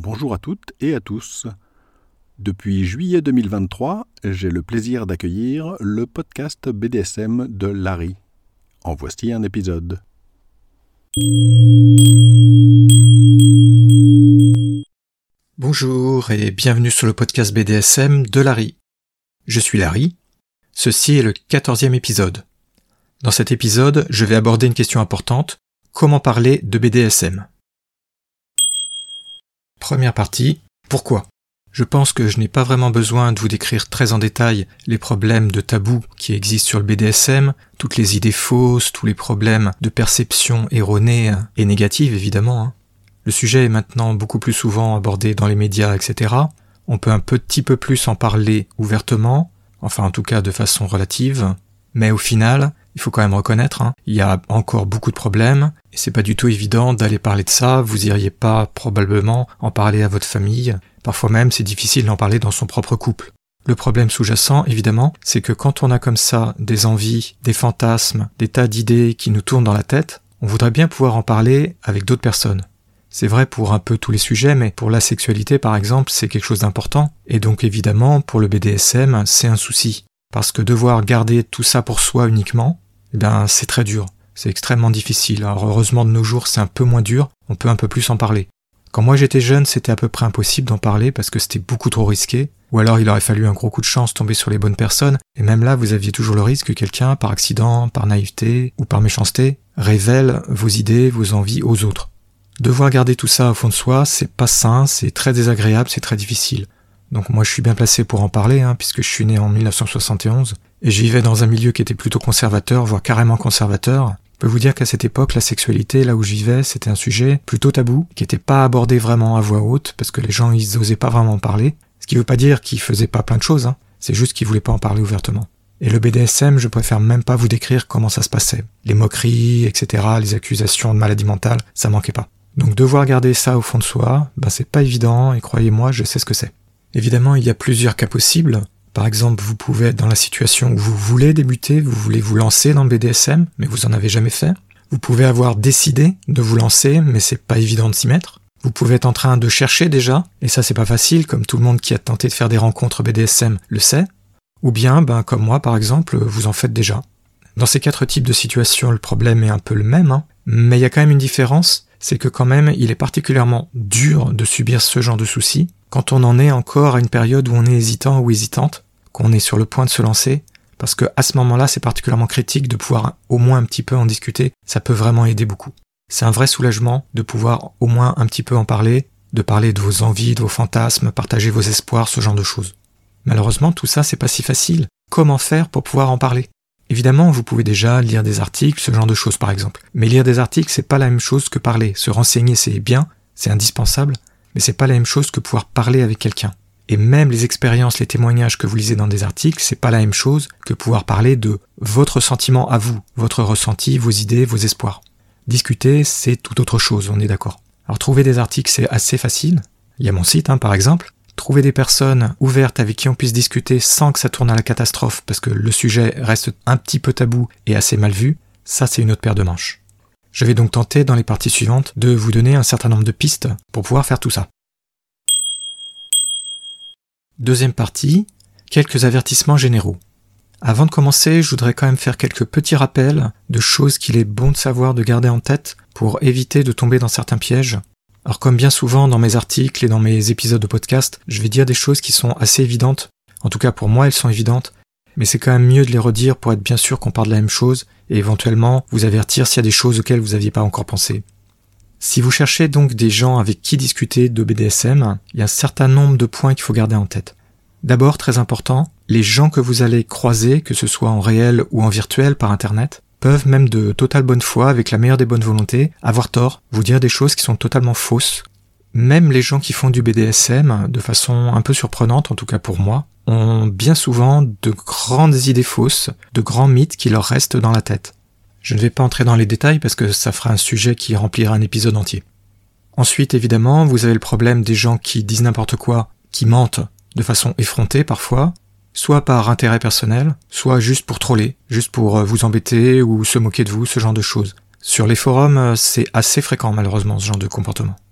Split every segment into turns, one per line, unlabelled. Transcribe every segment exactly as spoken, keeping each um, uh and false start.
Bonjour à toutes et à tous. Depuis juillet deux mille vingt-trois, j'ai le plaisir d'accueillir le podcast B D S M de Larry. En voici un épisode.
Bonjour et bienvenue sur le podcast B D S M de Larry. Je suis Larry. Ceci est le quatorzième épisode. Dans cet épisode, je vais aborder une question importante. Comment parler de B D S M ? Première partie, pourquoi ? Je pense que je n'ai pas vraiment besoin de vous décrire très en détail les problèmes de tabou qui existent sur le B D S M, toutes les idées fausses, tous les problèmes de perception erronée et négative évidemment. Hein. Le sujet est maintenant beaucoup plus souvent abordé dans les médias, et cetera. On peut un petit peu plus en parler ouvertement, enfin en tout cas de façon relative, mais au final, il faut quand même reconnaître, hein, il y a encore beaucoup de problèmes, et c'est pas du tout évident d'aller parler de ça, vous iriez pas probablement en parler à votre famille, parfois même c'est difficile d'en parler dans son propre couple. Le problème sous-jacent, évidemment, c'est que quand on a comme ça des envies, des fantasmes, des tas d'idées qui nous tournent dans la tête, on voudrait bien pouvoir en parler avec d'autres personnes. C'est vrai pour un peu tous les sujets, mais pour la sexualité par exemple, c'est quelque chose d'important, et donc évidemment, pour le B D S M, c'est un souci. Parce que devoir garder tout ça pour soi uniquement, eh ben, c'est très dur. C'est extrêmement difficile. Alors heureusement de nos jours, c'est un peu moins dur, on peut un peu plus en parler. Quand moi j'étais jeune, c'était à peu près impossible d'en parler parce que c'était beaucoup trop risqué. Ou alors il aurait fallu un gros coup de chance tomber sur les bonnes personnes. Et même là, vous aviez toujours le risque que quelqu'un, par accident, par naïveté ou par méchanceté, révèle vos idées, vos envies aux autres. Devoir garder tout ça au fond de soi, c'est pas sain, c'est très désagréable, c'est très difficile. Donc moi je suis bien placé pour en parler, hein, puisque je suis né en dix-neuf cent soixante et onze, et je vivais dans un milieu qui était plutôt conservateur, voire carrément conservateur. Je peux vous dire qu'à cette époque, la sexualité, là où je vivais, c'était un sujet plutôt tabou, qui n'était pas abordé vraiment à voix haute, parce que les gens ils osaient pas vraiment en parler, ce qui veut pas dire qu'ils faisaient pas plein de choses, hein, c'est juste qu'ils voulaient pas en parler ouvertement. Et le B D S M, je préfère même pas vous décrire comment ça se passait. Les moqueries, et cetera, les accusations de maladie mentale, ça manquait pas. Donc devoir garder ça au fond de soi, ben c'est pas évident, et croyez-moi, je sais ce que c'est. Évidemment, il y a plusieurs cas possibles. Par exemple, vous pouvez être dans la situation où vous voulez débuter, vous voulez vous lancer dans le B D S M, mais vous en avez jamais fait. Vous pouvez avoir décidé de vous lancer, mais c'est pas évident de s'y mettre. Vous pouvez être en train de chercher déjà, et ça c'est pas facile, comme tout le monde qui a tenté de faire des rencontres B D S M le sait. Ou bien, ben comme moi par exemple, vous en faites déjà. Dans ces quatre types de situations, le problème est un peu le même, hein, mais il y a quand même une différence, c'est que quand même, il est particulièrement dur de subir ce genre de soucis, quand on en est encore à une période où on est hésitant ou hésitante, qu'on est sur le point de se lancer, parce que à ce moment-là, c'est particulièrement critique de pouvoir au moins un petit peu en discuter, ça peut vraiment aider beaucoup. C'est un vrai soulagement de pouvoir au moins un petit peu en parler, de parler de vos envies, de vos fantasmes, partager vos espoirs, ce genre de choses. Malheureusement, tout ça, c'est pas si facile. Comment faire pour pouvoir en parler ? Évidemment, vous pouvez déjà lire des articles, ce genre de choses par exemple. Mais lire des articles, c'est pas la même chose que parler. Se renseigner, c'est bien, c'est indispensable, mais c'est pas la même chose que pouvoir parler avec quelqu'un. Et même les expériences, les témoignages que vous lisez dans des articles, c'est pas la même chose que pouvoir parler de votre sentiment à vous, votre ressenti, vos idées, vos espoirs. Discuter, c'est tout autre chose, on est d'accord. Alors trouver des articles, c'est assez facile. Il y a mon site, hein, par exemple. Trouver des personnes ouvertes avec qui on puisse discuter sans que ça tourne à la catastrophe, parce que le sujet reste un petit peu tabou et assez mal vu, ça c'est une autre paire de manches. Je vais donc tenter, dans les parties suivantes, de vous donner un certain nombre de pistes pour pouvoir faire tout ça. Deuxième partie, quelques avertissements généraux. Avant de commencer, je voudrais quand même faire quelques petits rappels de choses qu'il est bon de savoir, de garder en tête pour éviter de tomber dans certains pièges. Alors comme bien souvent dans mes articles et dans mes épisodes de podcast, je vais dire des choses qui sont assez évidentes. En tout cas pour moi elles sont évidentes, mais c'est quand même mieux de les redire pour être bien sûr qu'on parle de la même chose et éventuellement vous avertir s'il y a des choses auxquelles vous n'aviez pas encore pensé. Si vous cherchez donc des gens avec qui discuter de B D S M, il y a un certain nombre de points qu'il faut garder en tête. D'abord, très important, les gens que vous allez croiser, que ce soit en réel ou en virtuel par internet, peuvent même de totale bonne foi, avec la meilleure des bonnes volontés, avoir tort, vous dire des choses qui sont totalement fausses. Même les gens qui font du B D S M, de façon un peu surprenante, en tout cas pour moi, ont bien souvent de grandes idées fausses, de grands mythes qui leur restent dans la tête. Je ne vais pas entrer dans les détails parce que ça fera un sujet qui remplira un épisode entier. Ensuite, évidemment, vous avez le problème des gens qui disent n'importe quoi, qui mentent de façon effrontée parfois, soit par intérêt personnel, soit juste pour troller, juste pour vous embêter ou se moquer de vous, ce genre de choses. Sur les forums, c'est assez fréquent malheureusement ce genre de comportement.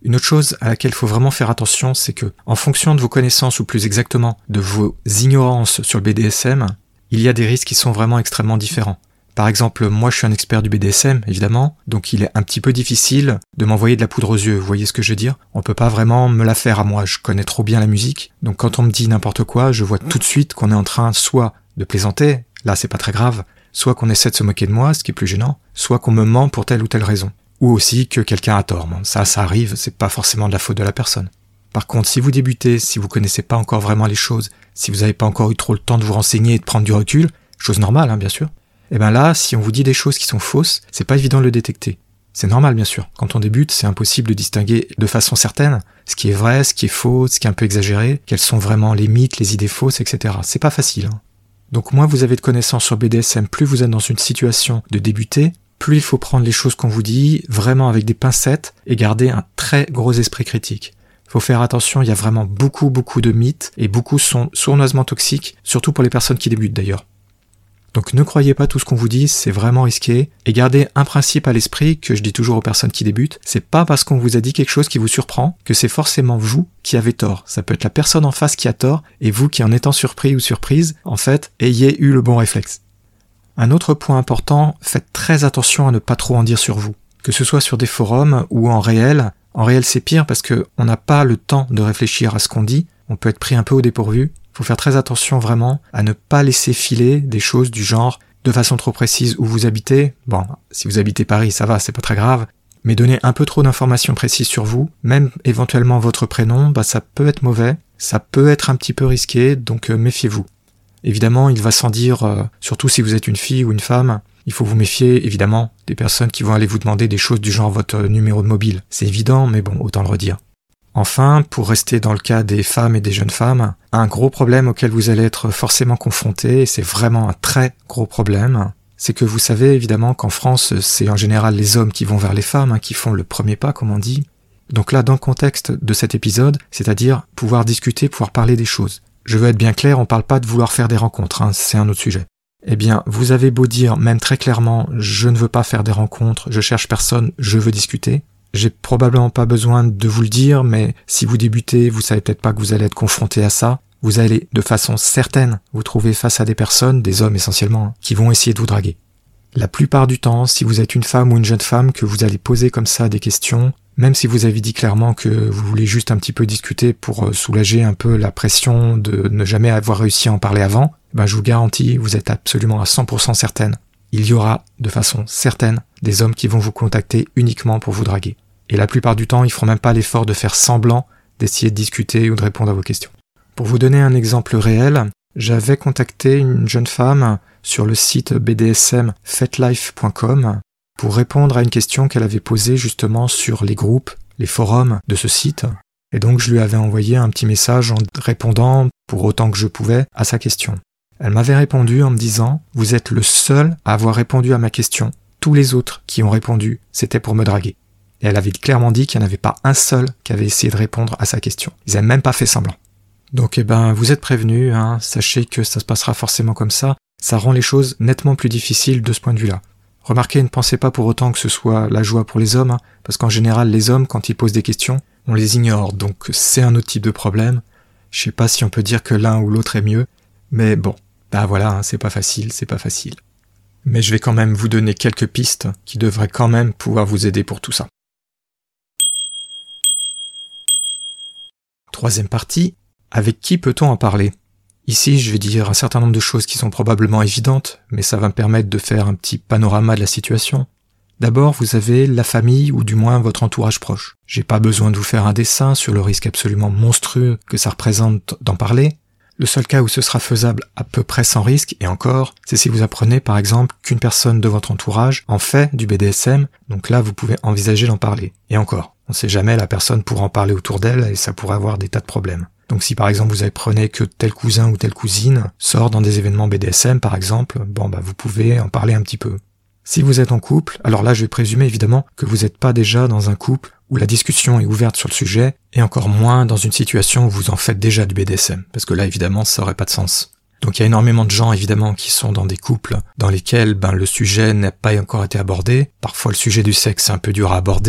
Une autre chose à laquelle il faut vraiment faire attention, c'est que, en fonction de vos connaissances, ou plus exactement, de vos ignorances sur le B D S M, il y a des risques qui sont vraiment extrêmement différents. Par exemple, moi je suis un expert du B D S M, évidemment, donc il est un petit peu difficile de m'envoyer de la poudre aux yeux, vous voyez ce que je veux dire ? On peut pas vraiment me la faire à moi, je connais trop bien la musique, donc quand on me dit n'importe quoi, je vois tout de suite qu'on est en train soit de plaisanter, là c'est pas très grave, soit qu'on essaie de se moquer de moi, ce qui est plus gênant, soit qu'on me ment pour telle ou telle raison. Ou aussi que quelqu'un a tort. Bon, ça, ça arrive, c'est pas forcément de la faute de la personne. Par contre, si vous débutez, si vous connaissez pas encore vraiment les choses, si vous n'avez pas encore eu trop le temps de vous renseigner et de prendre du recul, chose normale, hein, bien sûr, et ben là, si on vous dit des choses qui sont fausses, c'est pas évident de le détecter. C'est normal, bien sûr. Quand on débute, c'est impossible de distinguer de façon certaine ce qui est vrai, ce qui est faux, ce qui est un peu exagéré, quels sont vraiment les mythes, les idées fausses, et cetera. C'est pas facile, hein. Donc moins vous avez de connaissances sur B D S M, plus vous êtes dans une situation de débuter, plus il faut prendre les choses qu'on vous dit vraiment avec des pincettes et garder un très gros esprit critique. Faut faire attention, il y a vraiment beaucoup beaucoup de mythes et beaucoup sont sournoisement toxiques, surtout pour les personnes qui débutent d'ailleurs. Donc ne croyez pas tout ce qu'on vous dit, c'est vraiment risqué, et gardez un principe à l'esprit que je dis toujours aux personnes qui débutent, c'est pas parce qu'on vous a dit quelque chose qui vous surprend que c'est forcément vous qui avez tort. Ça peut être la personne en face qui a tort, et vous qui en étant surpris ou surprise, en fait, ayez eu le bon réflexe. Un autre point important, faites très attention à ne pas trop en dire sur vous. Que ce soit sur des forums ou en réel, en réel c'est pire parce que on n'a pas le temps de réfléchir à ce qu'on dit, on peut être pris un peu au dépourvu. Faut faire très attention vraiment à ne pas laisser filer des choses du genre de façon trop précise où vous habitez. Bon, si vous habitez Paris, ça va, c'est pas très grave. Mais donner un peu trop d'informations précises sur vous, même éventuellement votre prénom, bah ça peut être mauvais, ça peut être un petit peu risqué, donc euh, méfiez-vous. Évidemment, il va sans dire, euh, surtout si vous êtes une fille ou une femme, il faut vous méfier, évidemment, des personnes qui vont aller vous demander des choses du genre votre numéro de mobile. C'est évident, mais bon, autant le redire. Enfin, pour rester dans le cas des femmes et des jeunes femmes, un gros problème auquel vous allez être forcément confrontés, et c'est vraiment un très gros problème, c'est que vous savez évidemment qu'en France, c'est en général les hommes qui vont vers les femmes, hein, qui font le premier pas, comme on dit. Donc là, dans le contexte de cet épisode, c'est-à-dire pouvoir discuter, pouvoir parler des choses. Je veux être bien clair, on parle pas de vouloir faire des rencontres, hein, c'est un autre sujet. Eh bien, vous avez beau dire, même très clairement, je ne veux pas faire des rencontres, je cherche personne, je veux discuter. J'ai probablement pas besoin de vous le dire, mais si vous débutez, vous savez peut-être pas que vous allez être confronté à ça. Vous allez, de façon certaine, vous trouver face à des personnes, des hommes essentiellement, hein, qui vont essayer de vous draguer. La plupart du temps, si vous êtes une femme ou une jeune femme, que vous allez poser comme ça des questions, même si vous avez dit clairement que vous voulez juste un petit peu discuter pour soulager un peu la pression de ne jamais avoir réussi à en parler avant, ben je vous garantis, vous êtes absolument à cent pour cent certaine. Il y aura, de façon certaine, des hommes qui vont vous contacter uniquement pour vous draguer. Et la plupart du temps, ils feront même pas l'effort de faire semblant d'essayer de discuter ou de répondre à vos questions. Pour vous donner un exemple réel, j'avais contacté une jeune femme sur le site b d s m fetlife point com pour répondre à une question qu'elle avait posée justement sur les groupes, les forums de ce site. Et donc je lui avais envoyé un petit message en répondant, pour autant que je pouvais, à sa question. Elle m'avait répondu en me disant « Vous êtes le seul à avoir répondu à ma question. Tous les autres qui ont répondu, c'était pour me draguer. » Et elle avait clairement dit qu'il n'y en avait pas un seul qui avait essayé de répondre à sa question. Ils n'avaient même pas fait semblant. Donc eh ben, vous êtes prévenus, hein, sachez que ça se passera forcément comme ça. Ça rend les choses nettement plus difficiles de ce point de vue-là. Remarquez, ne pensez pas pour autant que ce soit la joie pour les hommes, hein, parce qu'en général, les hommes, quand ils posent des questions, on les ignore, donc c'est un autre type de problème. Je sais pas si on peut dire que l'un ou l'autre est mieux, mais bon, bah voilà, hein, c'est pas facile, c'est pas facile. Mais je vais quand même vous donner quelques pistes qui devraient quand même pouvoir vous aider pour tout ça. Troisième partie, avec qui peut-on en parler ? Ici, je vais dire un certain nombre de choses qui sont probablement évidentes, mais ça va me permettre de faire un petit panorama de la situation. D'abord, vous avez la famille ou du moins votre entourage proche. J'ai pas besoin de vous faire un dessin sur le risque absolument monstrueux que ça représente d'en parler. Le seul cas où ce sera faisable à peu près sans risque, et encore, c'est si vous apprenez par exemple qu'une personne de votre entourage en fait du B D S M, donc là vous pouvez envisager d'en parler. Et encore, on sait jamais, la personne pourra en parler autour d'elle et ça pourrait avoir des tas de problèmes. Donc si par exemple vous apprenez que tel cousin ou telle cousine sort dans des événements B D S M par exemple, bon bah vous pouvez en parler un petit peu. Si vous êtes en couple, alors là je vais présumer évidemment que vous n'êtes pas déjà dans un couple où la discussion est ouverte sur le sujet, et encore moins dans une situation où vous en faites déjà du B D S M, parce que là évidemment ça aurait pas de sens. Donc il y a énormément de gens évidemment qui sont dans des couples dans lesquels ben, le sujet n'a pas encore été abordé, parfois le sujet du sexe est un peu dur à aborder,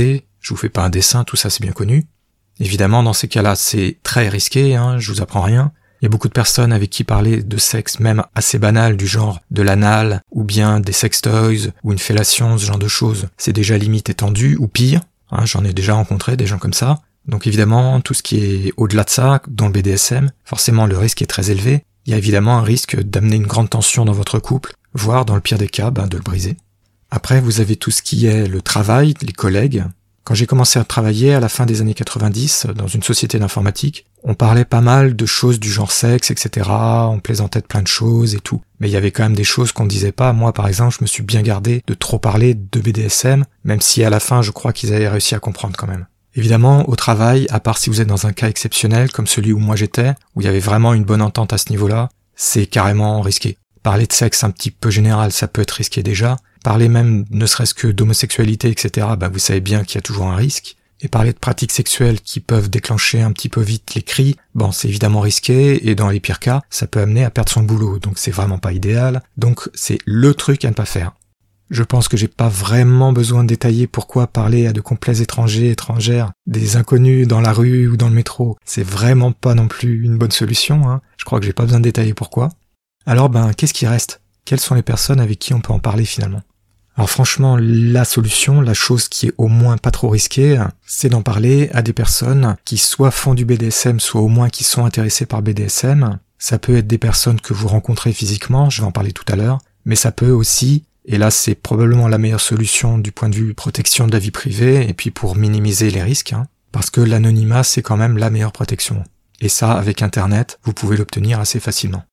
Je vous fais pas un dessin, tout ça c'est bien connu. Évidemment, dans ces cas-là, c'est très risqué, hein, je vous apprends rien. Il y a beaucoup de personnes avec qui parler de sexe même assez banal, du genre de l'anal, ou bien des sextoys, ou une fellation, ce genre de choses. C'est déjà limite étendu, ou pire. Hein, j'en ai déjà rencontré des gens comme ça. Donc évidemment, tout ce qui est au-delà de ça, dans le B D S M, forcément le risque est très élevé. Il y a évidemment un risque d'amener une grande tension dans votre couple, voire dans le pire des cas, ben, de le briser. Après, vous avez tout ce qui est le travail, les collègues. Quand j'ai commencé à travailler à la fin des années quatre-vingt-dix, dans une société d'informatique, on parlait pas mal de choses du genre sexe, et cetera. On plaisantait de plein de choses et tout. Mais il y avait quand même des choses qu'on ne disait pas. Moi, par exemple, je me suis bien gardé de trop parler de B D S M, même si à la fin, je crois qu'ils avaient réussi à comprendre quand même. Évidemment, au travail, à part si vous êtes dans un cas exceptionnel, comme celui où moi j'étais, où il y avait vraiment une bonne entente à ce niveau-là, c'est carrément risqué. Parler de sexe un petit peu général, ça peut être risqué déjà. Parler même, ne serait-ce que d'homosexualité, et cetera, bah vous savez bien qu'il y a toujours un risque. Et parler de pratiques sexuelles qui peuvent déclencher un petit peu vite les cris, bon, c'est évidemment risqué, et dans les pires cas, ça peut amener à perdre son boulot, donc c'est vraiment pas idéal. Donc c'est le truc à ne pas faire. Je pense que j'ai pas vraiment besoin de détailler pourquoi parler à de complets étrangers, étrangères, des inconnus dans la rue ou dans le métro, c'est vraiment pas non plus une bonne solution, hein. Je crois que j'ai pas besoin de détailler pourquoi. Alors ben, qu'est-ce qui reste ? Quelles sont les personnes avec qui on peut en parler finalement ? Alors franchement, la solution, la chose qui est au moins pas trop risquée, c'est d'en parler à des personnes qui soit font du B D S M, soit au moins qui sont intéressées par B D S M. Ça peut être des personnes que vous rencontrez physiquement, je vais en parler tout à l'heure, mais ça peut aussi, et là c'est probablement la meilleure solution du point de vue protection de la vie privée, et puis pour minimiser les risques, hein, parce que l'anonymat c'est quand même la meilleure protection. Et ça, avec Internet, vous pouvez l'obtenir assez facilement.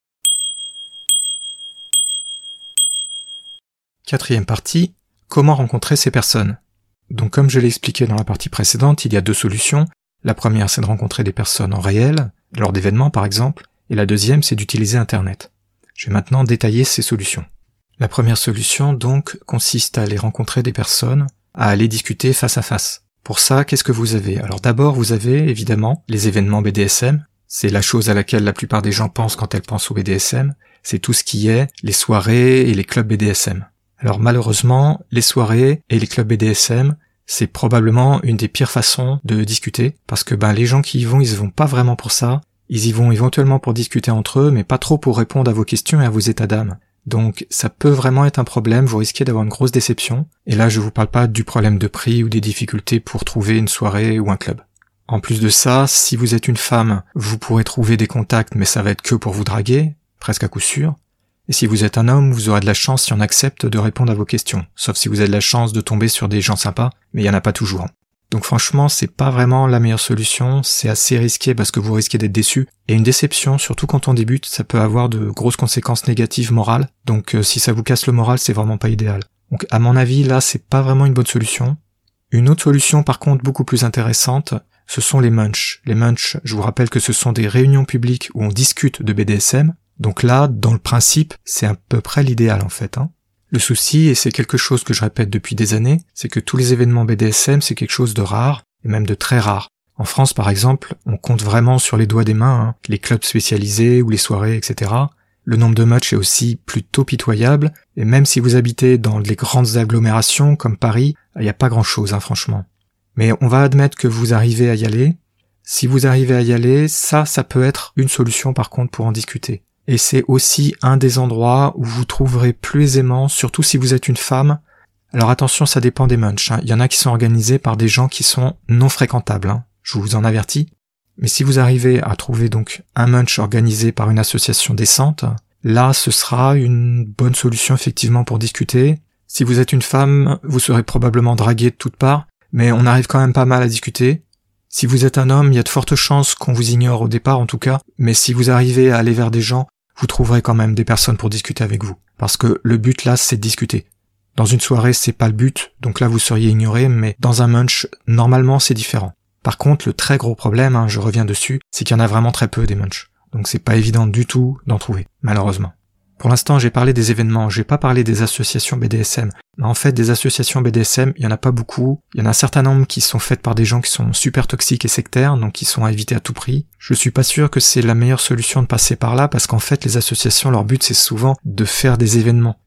Quatrième partie, comment rencontrer ces personnes ? Donc comme je l'ai expliqué dans la partie précédente, il y a deux solutions. La première, c'est de rencontrer des personnes en réel, lors d'événements par exemple, et la deuxième, c'est d'utiliser Internet. Je vais maintenant détailler ces solutions. La première solution, donc, consiste à aller rencontrer des personnes, à aller discuter face à face. Pour ça, qu'est-ce que vous avez ? Alors d'abord, vous avez évidemment les événements B D S M. C'est la chose à laquelle la plupart des gens pensent quand elles pensent au B D S M. C'est tout ce qui est les soirées et les clubs B D S M. Alors malheureusement, les soirées et les clubs B D S M, c'est probablement une des pires façons de discuter, parce que ben les gens qui y vont, ils y vont pas vraiment pour ça, ils y vont éventuellement pour discuter entre eux, mais pas trop pour répondre à vos questions et à vos états d'âme. Donc ça peut vraiment être un problème, vous risquez d'avoir une grosse déception, et là je vous parle pas du problème de prix ou des difficultés pour trouver une soirée ou un club. En plus de ça, si vous êtes une femme, vous pourrez trouver des contacts, mais ça va être que pour vous draguer, presque à coup sûr. Et si vous êtes un homme, vous aurez de la chance si on accepte de répondre à vos questions. Sauf si vous avez de la chance de tomber sur des gens sympas, mais il y en a pas toujours. Donc franchement, c'est pas vraiment la meilleure solution, c'est assez risqué parce que vous risquez d'être déçu. Et une déception, surtout quand on débute, ça peut avoir de grosses conséquences négatives morales. Donc euh, si ça vous casse le moral, c'est vraiment pas idéal. Donc à mon avis, là, c'est pas vraiment une bonne solution. Une autre solution, par contre, beaucoup plus intéressante, ce sont les munchs. Les munchs, je vous rappelle que ce sont des réunions publiques où on discute de B D S M. Donc là, dans le principe, c'est à peu près l'idéal en fait. Hein. Le souci, et c'est quelque chose que je répète depuis des années, c'est que tous les événements B D S M, c'est quelque chose de rare, et même de très rare. En France, par exemple, on compte vraiment sur les doigts des mains, hein, les clubs spécialisés ou les soirées, et cetera. Le nombre de matchs est aussi plutôt pitoyable, et même si vous habitez dans les grandes agglomérations comme Paris, il n'y a pas grand-chose, hein, franchement. Mais on va admettre que vous arrivez à y aller. Si vous arrivez à y aller, ça, ça peut être une solution par contre pour en discuter. Et c'est aussi un des endroits où vous trouverez plus aisément, surtout si vous êtes une femme. Alors attention, ça dépend des munchs. Hein. Il y en a qui sont organisés par des gens qui sont non fréquentables. Hein. Je vous en avertis. Mais si vous arrivez à trouver donc un munch organisé par une association décente, là, ce sera une bonne solution effectivement pour discuter. Si vous êtes une femme, vous serez probablement dragué de toutes parts, mais on arrive quand même pas mal à discuter. Si vous êtes un homme, il y a de fortes chances qu'on vous ignore au départ en tout cas, mais si vous arrivez à aller vers des gens, vous trouverez quand même des personnes pour discuter avec vous. Parce que le but là, c'est de discuter. Dans une soirée, c'est pas le but, donc là vous seriez ignoré, mais dans un munch, normalement c'est différent. Par contre, le très gros problème, hein, je reviens dessus, c'est qu'il y en a vraiment très peu des munchs. Donc c'est pas évident du tout d'en trouver, malheureusement. Pour l'instant, j'ai parlé des événements, j'ai pas parlé des associations B D S M. Mais en fait, des associations B D S M, il y en a pas beaucoup. Il y en a un certain nombre qui sont faites par des gens qui sont super toxiques et sectaires, donc qui sont à éviter à tout prix. Je suis pas sûr que c'est la meilleure solution de passer par là, parce qu'en fait, les associations, leur but, c'est souvent de faire des événements.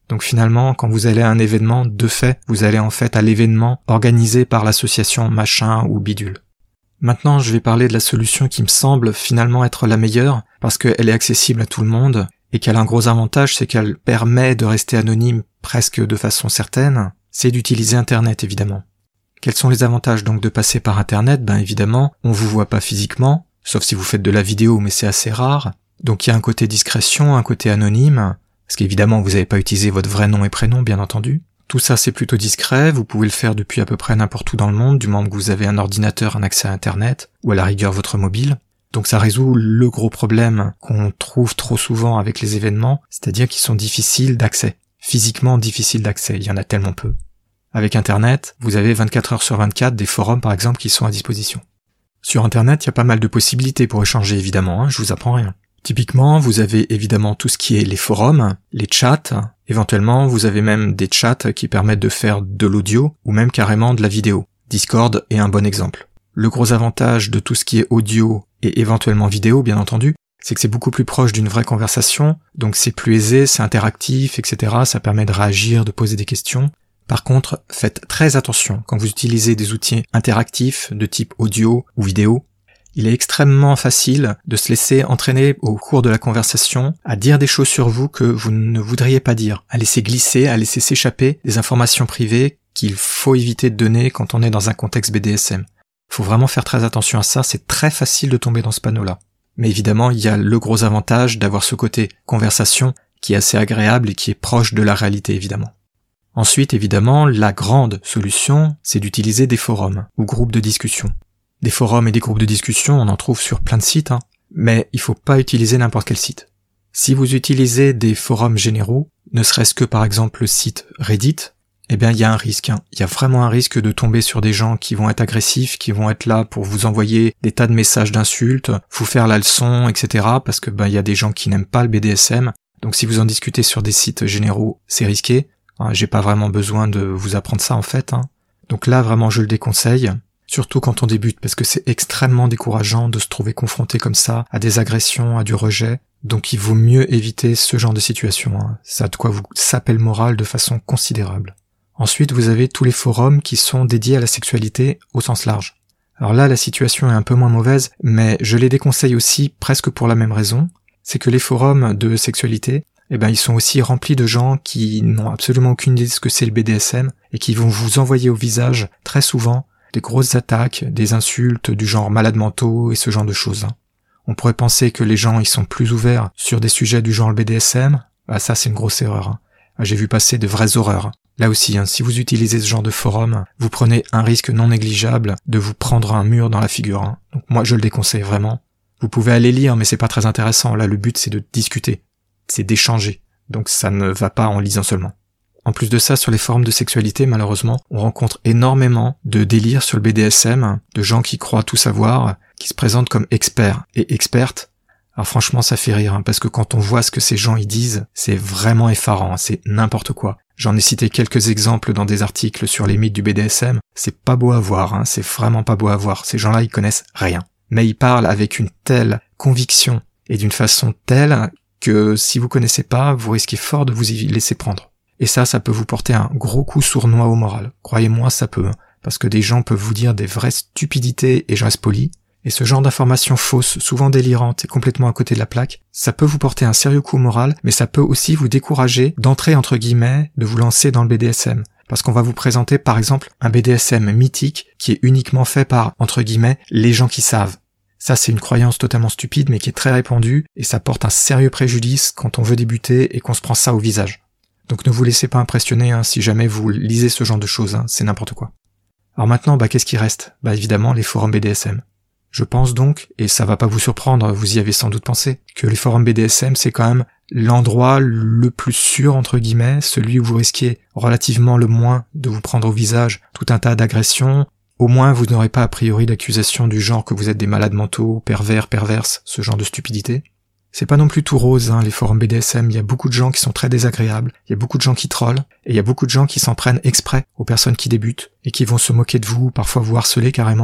Donc finalement, quand vous allez à un événement, de fait, vous allez en fait à l'événement organisé par l'association machin ou bidule. Maintenant, je vais parler de la solution qui me semble finalement être la meilleure, parce qu'elle est accessible à tout le monde, et qu'elle a un gros avantage, c'est qu'elle permet de rester anonyme presque de façon certaine, c'est d'utiliser Internet évidemment. Quels sont les avantages donc de passer par Internet? Ben évidemment, on vous voit pas physiquement, sauf si vous faites de la vidéo, mais c'est assez rare. Donc il y a un côté discrétion, un côté anonyme, parce qu'évidemment vous n'avez pas utilisé votre vrai nom et prénom, bien entendu. Tout ça c'est plutôt discret, vous pouvez le faire depuis à peu près n'importe où dans le monde, du moment que vous avez un ordinateur, un accès à Internet, ou à la rigueur votre mobile. Donc ça résout le gros problème qu'on trouve trop souvent avec les événements, c'est-à-dire qu'ils sont difficiles d'accès. Physiquement difficiles d'accès, il y en a tellement peu. Avec Internet, vous avez vingt-quatre heures sur vingt-quatre des forums par exemple qui sont à disposition. Sur Internet, il y a pas mal de possibilités pour échanger évidemment, hein, je vous apprends rien. Typiquement, vous avez évidemment tout ce qui est les forums, les chats, éventuellement vous avez même des chats qui permettent de faire de l'audio ou même carrément de la vidéo. Discord est un bon exemple. Le gros avantage de tout ce qui est audio et éventuellement vidéo, bien entendu, c'est que c'est beaucoup plus proche d'une vraie conversation, donc c'est plus aisé, c'est interactif, et cetera. Ça permet de réagir, de poser des questions. Par contre, faites très attention quand vous utilisez des outils interactifs de type audio ou vidéo. Il est extrêmement facile de se laisser entraîner au cours de la conversation à dire des choses sur vous que vous ne voudriez pas dire, à laisser glisser, à laisser s'échapper des informations privées qu'il faut éviter de donner quand on est dans un contexte B D S M. Faut vraiment faire très attention à ça, c'est très facile de tomber dans ce panneau-là. Mais évidemment, il y a le gros avantage d'avoir ce côté conversation qui est assez agréable et qui est proche de la réalité, évidemment. Ensuite, évidemment, la grande solution, c'est d'utiliser des forums ou groupes de discussion. Des forums et des groupes de discussion, on en trouve sur plein de sites, hein, mais il faut pas utiliser n'importe quel site. Si vous utilisez des forums généraux, ne serait-ce que par exemple le site Reddit, eh bien il y a un risque, hein. Il y a vraiment un risque de tomber sur des gens qui vont être agressifs, qui vont être là pour vous envoyer des tas de messages d'insultes, vous faire la leçon, et cetera, parce que ben il y a des gens qui n'aiment pas le B D S M, donc si vous en discutez sur des sites généraux, c'est risqué. J'ai pas vraiment besoin de vous apprendre ça en fait, hein. Donc là vraiment je le déconseille, surtout quand on débute, parce que c'est extrêmement décourageant de se trouver confronté comme ça à des agressions, à du rejet, donc il vaut mieux éviter ce genre de situation, hein. Ça a de quoi vous saper le moral de façon considérable. Ensuite vous avez tous les forums qui sont dédiés à la sexualité au sens large. Alors là la situation est un peu moins mauvaise, mais je les déconseille aussi presque pour la même raison, c'est que les forums de sexualité, eh ben ils sont aussi remplis de gens qui n'ont absolument aucune idée de ce que c'est le B D S M et qui vont vous envoyer au visage très souvent des grosses attaques, des insultes du genre malades mentaux et ce genre de choses. On pourrait penser que les gens ils sont plus ouverts sur des sujets du genre le B D S M, bah ça c'est une grosse erreur. J'ai vu passer de vraies horreurs. Là aussi, hein, si vous utilisez ce genre de forum, vous prenez un risque non négligeable de vous prendre un mur dans la figure. Hein. Donc moi je le déconseille vraiment. Vous pouvez aller lire mais c'est pas très intéressant, là le but c'est de discuter. C'est d'échanger, donc ça ne va pas en lisant seulement. En plus de ça, sur les forums de sexualité, malheureusement, on rencontre énormément de délires sur le B D S M, de gens qui croient tout savoir, qui se présentent comme experts et expertes. Alors franchement, ça fait rire, hein, parce que quand on voit ce que ces gens y disent, c'est vraiment effarant, hein, c'est n'importe quoi. J'en ai cité quelques exemples dans des articles sur les mythes du B D S M, c'est pas beau à voir, hein, c'est vraiment pas beau à voir, ces gens-là ils connaissent rien. Mais ils parlent avec une telle conviction et d'une façon telle que si vous connaissez pas, vous risquez fort de vous y laisser prendre. Et ça, ça peut vous porter un gros coup sournois au moral. Croyez-moi, ça peut, hein, parce que des gens peuvent vous dire des vraies stupidités, et je reste poli, et ce genre d'informations fausses, souvent délirantes et complètement à côté de la plaque, ça peut vous porter un sérieux coup au moral, mais ça peut aussi vous décourager d'entrer entre guillemets, de vous lancer dans le B D S M. Parce qu'on va vous présenter par exemple un B D S M mythique qui est uniquement fait par, entre guillemets, les gens qui savent. Ça, c'est une croyance totalement stupide, mais qui est très répandue, et ça porte un sérieux préjudice quand on veut débuter et qu'on se prend ça au visage. Donc ne vous laissez pas impressionner, hein, si jamais vous lisez ce genre de choses, hein, c'est n'importe quoi. Alors maintenant, bah qu'est-ce qui reste? Bah évidemment, les forums B D S M. Je pense donc, et ça va pas vous surprendre, vous y avez sans doute pensé, que les forums B D S M, c'est quand même l'endroit le plus sûr, entre guillemets, celui où vous risquez relativement le moins de vous prendre au visage tout un tas d'agressions. Au moins, vous n'aurez pas a priori d'accusations du genre que vous êtes des malades mentaux, pervers, perverses, ce genre de stupidité. C'est pas non plus tout rose, hein, les forums B D S M, il y a beaucoup de gens qui sont très désagréables, il y a beaucoup de gens qui trollent, et il y a beaucoup de gens qui s'en prennent exprès aux personnes qui débutent, et qui vont se moquer de vous, parfois vous harceler carrément,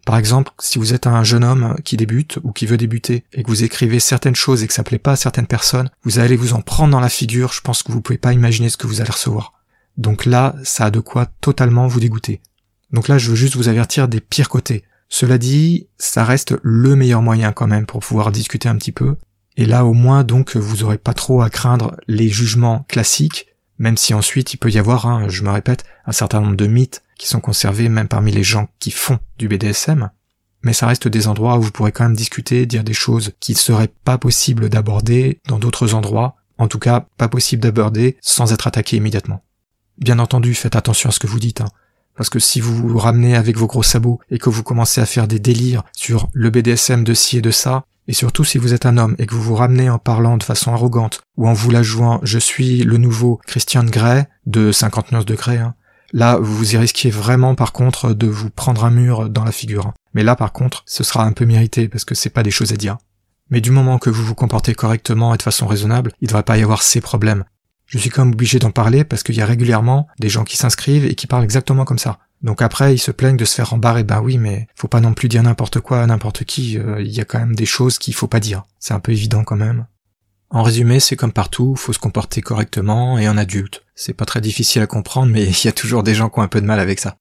Par exemple, si vous êtes un jeune homme qui débute ou qui veut débuter et que vous écrivez certaines choses et que ça plaît pas à certaines personnes, vous allez vous en prendre dans la figure, je pense que vous pouvez pas imaginer ce que vous allez recevoir. Donc là, ça a de quoi totalement vous dégoûter. Donc là, je veux juste vous avertir des pires côtés. Cela dit, ça reste le meilleur moyen quand même pour pouvoir discuter un petit peu. Et là, au moins, donc, vous aurez pas trop à craindre les jugements classiques, même si ensuite il peut y avoir, hein, je me répète, un certain nombre de mythes qui sont conservés même parmi les gens qui font du B D S M. Mais ça reste des endroits où vous pourrez quand même discuter, dire des choses qui ne seraient pas possibles d'aborder dans d'autres endroits. En tout cas, pas possible d'aborder sans être attaqué immédiatement. Bien entendu, faites attention à ce que vous dites, hein. Parce que si vous vous ramenez avec vos gros sabots et que vous commencez à faire des délires sur le B D S M de ci et de ça, et surtout si vous êtes un homme et que vous vous ramenez en parlant de façon arrogante ou en vous la jouant « je suis le nouveau Christian Grey » de cinquante nuances de Grey, hein, là vous y risquez vraiment par contre de vous prendre un mur dans la figure. Hein. Mais là par contre, ce sera un peu mérité parce que c'est pas des choses à dire. Mais du moment que vous vous comportez correctement et de façon raisonnable, il devrait pas y avoir ces problèmes. Je suis quand même obligé d'en parler parce qu'il y a régulièrement des gens qui s'inscrivent et qui parlent exactement comme ça. Donc après, ils se plaignent de se faire rembarrer. Ben oui, mais faut pas non plus dire n'importe quoi à n'importe qui. Il euh, y a quand même des choses qu'il faut pas dire. C'est un peu évident quand même. En résumé, c'est comme partout, faut se comporter correctement et en adulte. C'est pas très difficile à comprendre, mais il y a toujours des gens qui ont un peu de mal avec ça.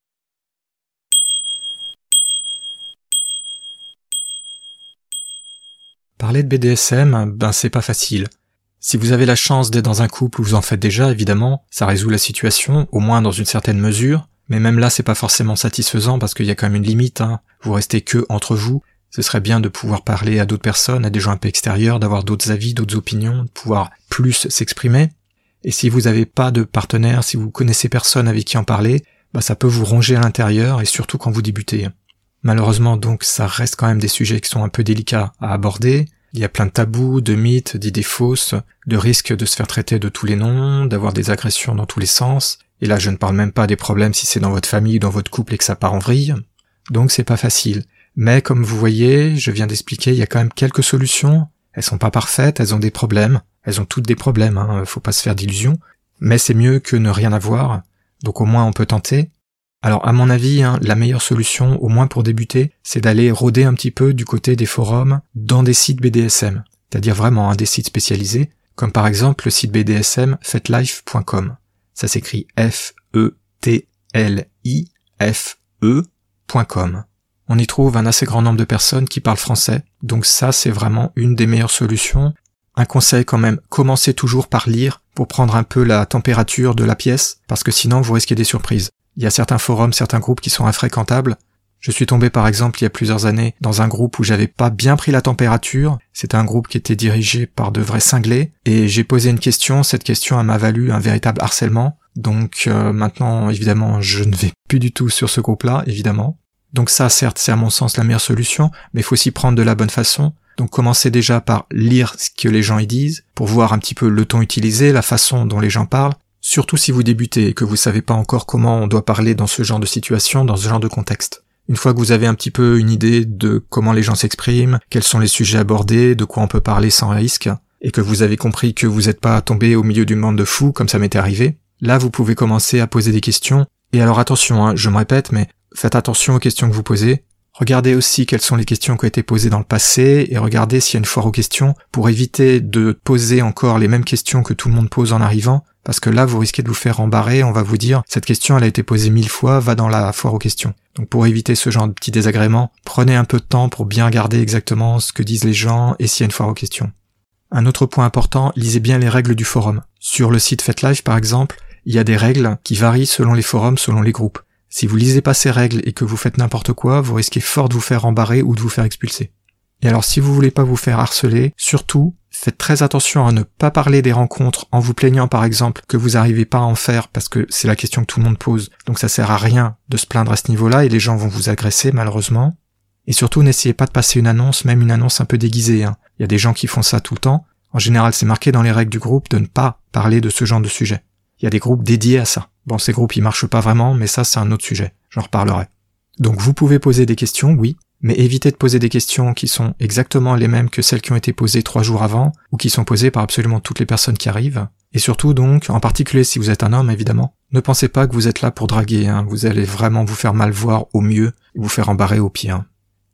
Parler de B D S M, ben c'est pas facile. Si vous avez la chance d'être dans un couple où vous en faites déjà, évidemment, ça résout la situation, au moins dans une certaine mesure, mais même là c'est pas forcément satisfaisant parce qu'il y a quand même une limite, hein. Vous restez que entre vous, ce serait bien de pouvoir parler à d'autres personnes, à des gens un peu extérieurs, d'avoir d'autres avis, d'autres opinions, de pouvoir plus s'exprimer. Et si vous n'avez pas de partenaire, si vous connaissez personne avec qui en parler, bah ça peut vous ronger à l'intérieur et surtout quand vous débutez. Malheureusement donc ça reste quand même des sujets qui sont un peu délicats à aborder. Il y a plein de tabous, de mythes, d'idées fausses, de risques de se faire traiter de tous les noms, d'avoir des agressions dans tous les sens. Et là, je ne parle même pas des problèmes si c'est dans votre famille ou dans votre couple et que ça part en vrille. Donc c'est pas facile. Mais comme vous voyez, je viens d'expliquer, il y a quand même quelques solutions. Elles sont pas parfaites, elles ont des problèmes. Elles ont toutes des problèmes, hein, faut pas se faire d'illusions. Mais c'est mieux que ne rien avoir. Donc au moins on peut tenter. Alors à mon avis, hein, la meilleure solution, au moins pour débuter, c'est d'aller rôder un petit peu du côté des forums dans des sites B D S M, c'est-à-dire vraiment hein, des sites spécialisés, comme par exemple le site B D S M fetlife point com. Ça s'écrit F E T L I F E point com. On y trouve un assez grand nombre de personnes qui parlent français, donc ça c'est vraiment une des meilleures solutions. Un conseil quand même, commencez toujours par lire pour prendre un peu la température de la pièce, parce que sinon vous risquez des surprises. Il y a certains forums, certains groupes qui sont infréquentables. Je suis tombé par exemple il y a plusieurs années dans un groupe où j'avais pas bien pris la température. C'était un groupe qui était dirigé par de vrais cinglés et j'ai posé une question. Cette question m'a valu un véritable harcèlement. Donc euh, maintenant évidemment je ne vais plus du tout sur ce groupe-là, évidemment. Donc ça certes c'est à mon sens la meilleure solution, mais il faut s'y prendre de la bonne façon. Donc commencez déjà par lire ce que les gens y disent, pour voir un petit peu le ton utilisé, la façon dont les gens parlent. Surtout si vous débutez et que vous savez pas encore comment on doit parler dans ce genre de situation, dans ce genre de contexte. Une fois que vous avez un petit peu une idée de comment les gens s'expriment, quels sont les sujets abordés, de quoi on peut parler sans risque, et que vous avez compris que vous n'êtes pas tombé au milieu d'une bande de fous comme ça m'était arrivé, là vous pouvez commencer à poser des questions. Et alors attention, hein, je me répète, mais faites attention aux questions que vous posez. Regardez aussi quelles sont les questions qui ont été posées dans le passé et regardez s'il y a une foire aux questions pour éviter de poser encore les mêmes questions que tout le monde pose en arrivant. Parce que là, vous risquez de vous faire embarrer, on va vous dire, cette question, elle a été posée mille fois, va dans la foire aux questions. Donc pour éviter ce genre de petits désagréments, prenez un peu de temps pour bien regarder exactement ce que disent les gens et s'il y a une foire aux questions. Un autre point important, lisez bien les règles du forum. Sur le site FetLife, par exemple, il y a des règles qui varient selon les forums, selon les groupes. Si vous lisez pas ces règles et que vous faites n'importe quoi, vous risquez fort de vous faire embarrer ou de vous faire expulser. Et alors si vous voulez pas vous faire harceler, surtout, faites très attention à ne pas parler des rencontres en vous plaignant par exemple que vous n'arrivez pas à en faire parce que c'est la question que tout le monde pose. Donc ça sert à rien de se plaindre à ce niveau-là et les gens vont vous agresser malheureusement. Et surtout n'essayez pas de passer une annonce, même une annonce un peu déguisée. Hein. Il y a des gens qui font ça tout le temps. En général c'est marqué dans les règles du groupe de ne pas parler de ce genre de sujet. Il y a des groupes dédiés à ça. Bon, ces groupes ils marchent pas vraiment, mais ça c'est un autre sujet. J'en reparlerai. Donc vous pouvez poser des questions, oui, mais évitez de poser des questions qui sont exactement les mêmes que celles qui ont été posées trois jours avant, ou qui sont posées par absolument toutes les personnes qui arrivent. Et surtout donc, en particulier si vous êtes un homme évidemment, ne pensez pas que vous êtes là pour draguer, hein. Vous allez vraiment vous faire mal voir au mieux, et vous faire embarrer au pire.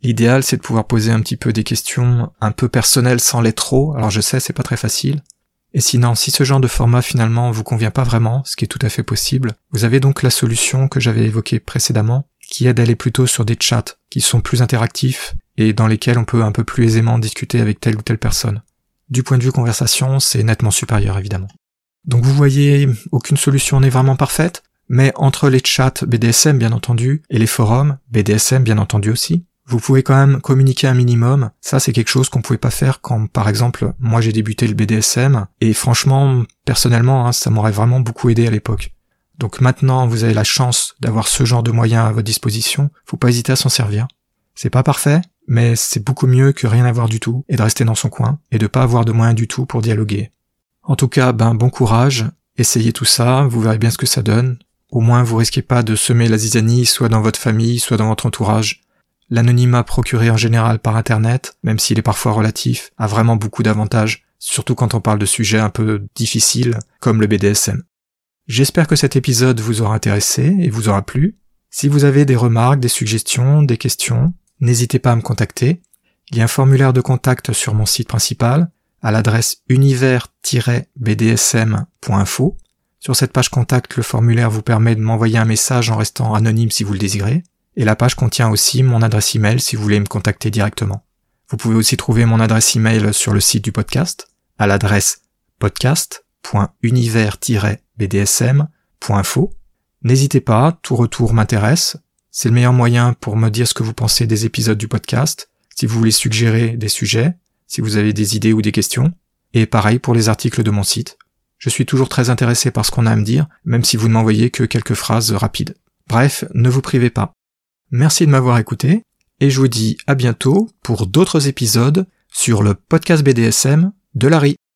L'idéal, c'est de pouvoir poser un petit peu des questions un peu personnelles sans l'être trop. Alors je sais, c'est pas très facile. Et sinon, si ce genre de format finalement vous convient pas vraiment, ce qui est tout à fait possible, vous avez donc la solution que j'avais évoquée précédemment, qui est d'aller plutôt sur des chats qui sont plus interactifs et dans lesquels on peut un peu plus aisément discuter avec telle ou telle personne. Du point de vue conversation, c'est nettement supérieur évidemment. Donc vous voyez, aucune solution n'est vraiment parfaite, mais entre les chats B D S M bien entendu, et les forums B D S M bien entendu aussi, vous pouvez quand même communiquer un minimum. Ça c'est quelque chose qu'on pouvait pas faire quand, par exemple, moi j'ai débuté le B D S M, et franchement, personnellement, hein, ça m'aurait vraiment beaucoup aidé à l'époque. Donc maintenant, vous avez la chance d'avoir ce genre de moyens à votre disposition, faut pas hésiter à s'en servir. C'est pas parfait, mais c'est beaucoup mieux que rien avoir du tout, et de rester dans son coin, et de pas avoir de moyens du tout pour dialoguer. En tout cas, ben bon courage, essayez tout ça, vous verrez bien ce que ça donne. Au moins vous risquez pas de semer la zizanie, soit dans votre famille, soit dans votre entourage. L'anonymat procuré en général par internet, même s'il est parfois relatif, a vraiment beaucoup d'avantages, surtout quand on parle de sujets un peu difficiles, comme le B D S M. J'espère que cet épisode vous aura intéressé et vous aura plu. Si vous avez des remarques, des suggestions, des questions, n'hésitez pas à me contacter. Il y a un formulaire de contact sur mon site principal, à l'adresse univers tiret b d s m point info. Sur cette page contact, le formulaire vous permet de m'envoyer un message en restant anonyme si vous le désirez, et la page contient aussi mon adresse email si vous voulez me contacter directement. Vous pouvez aussi trouver mon adresse email sur le site du podcast, à l'adresse podcast point univers tiret b d s m point info. N'hésitez pas, tout retour m'intéresse. C'est le meilleur moyen pour me dire ce que vous pensez des épisodes du podcast, si vous voulez suggérer des sujets, si vous avez des idées ou des questions, et pareil pour les articles de mon site. Je suis toujours très intéressé par ce qu'on a à me dire, même si vous ne m'envoyez que quelques phrases rapides. Bref, ne vous privez pas. Merci de m'avoir écouté, et je vous dis à bientôt pour d'autres épisodes sur le podcast B D S M de Larry.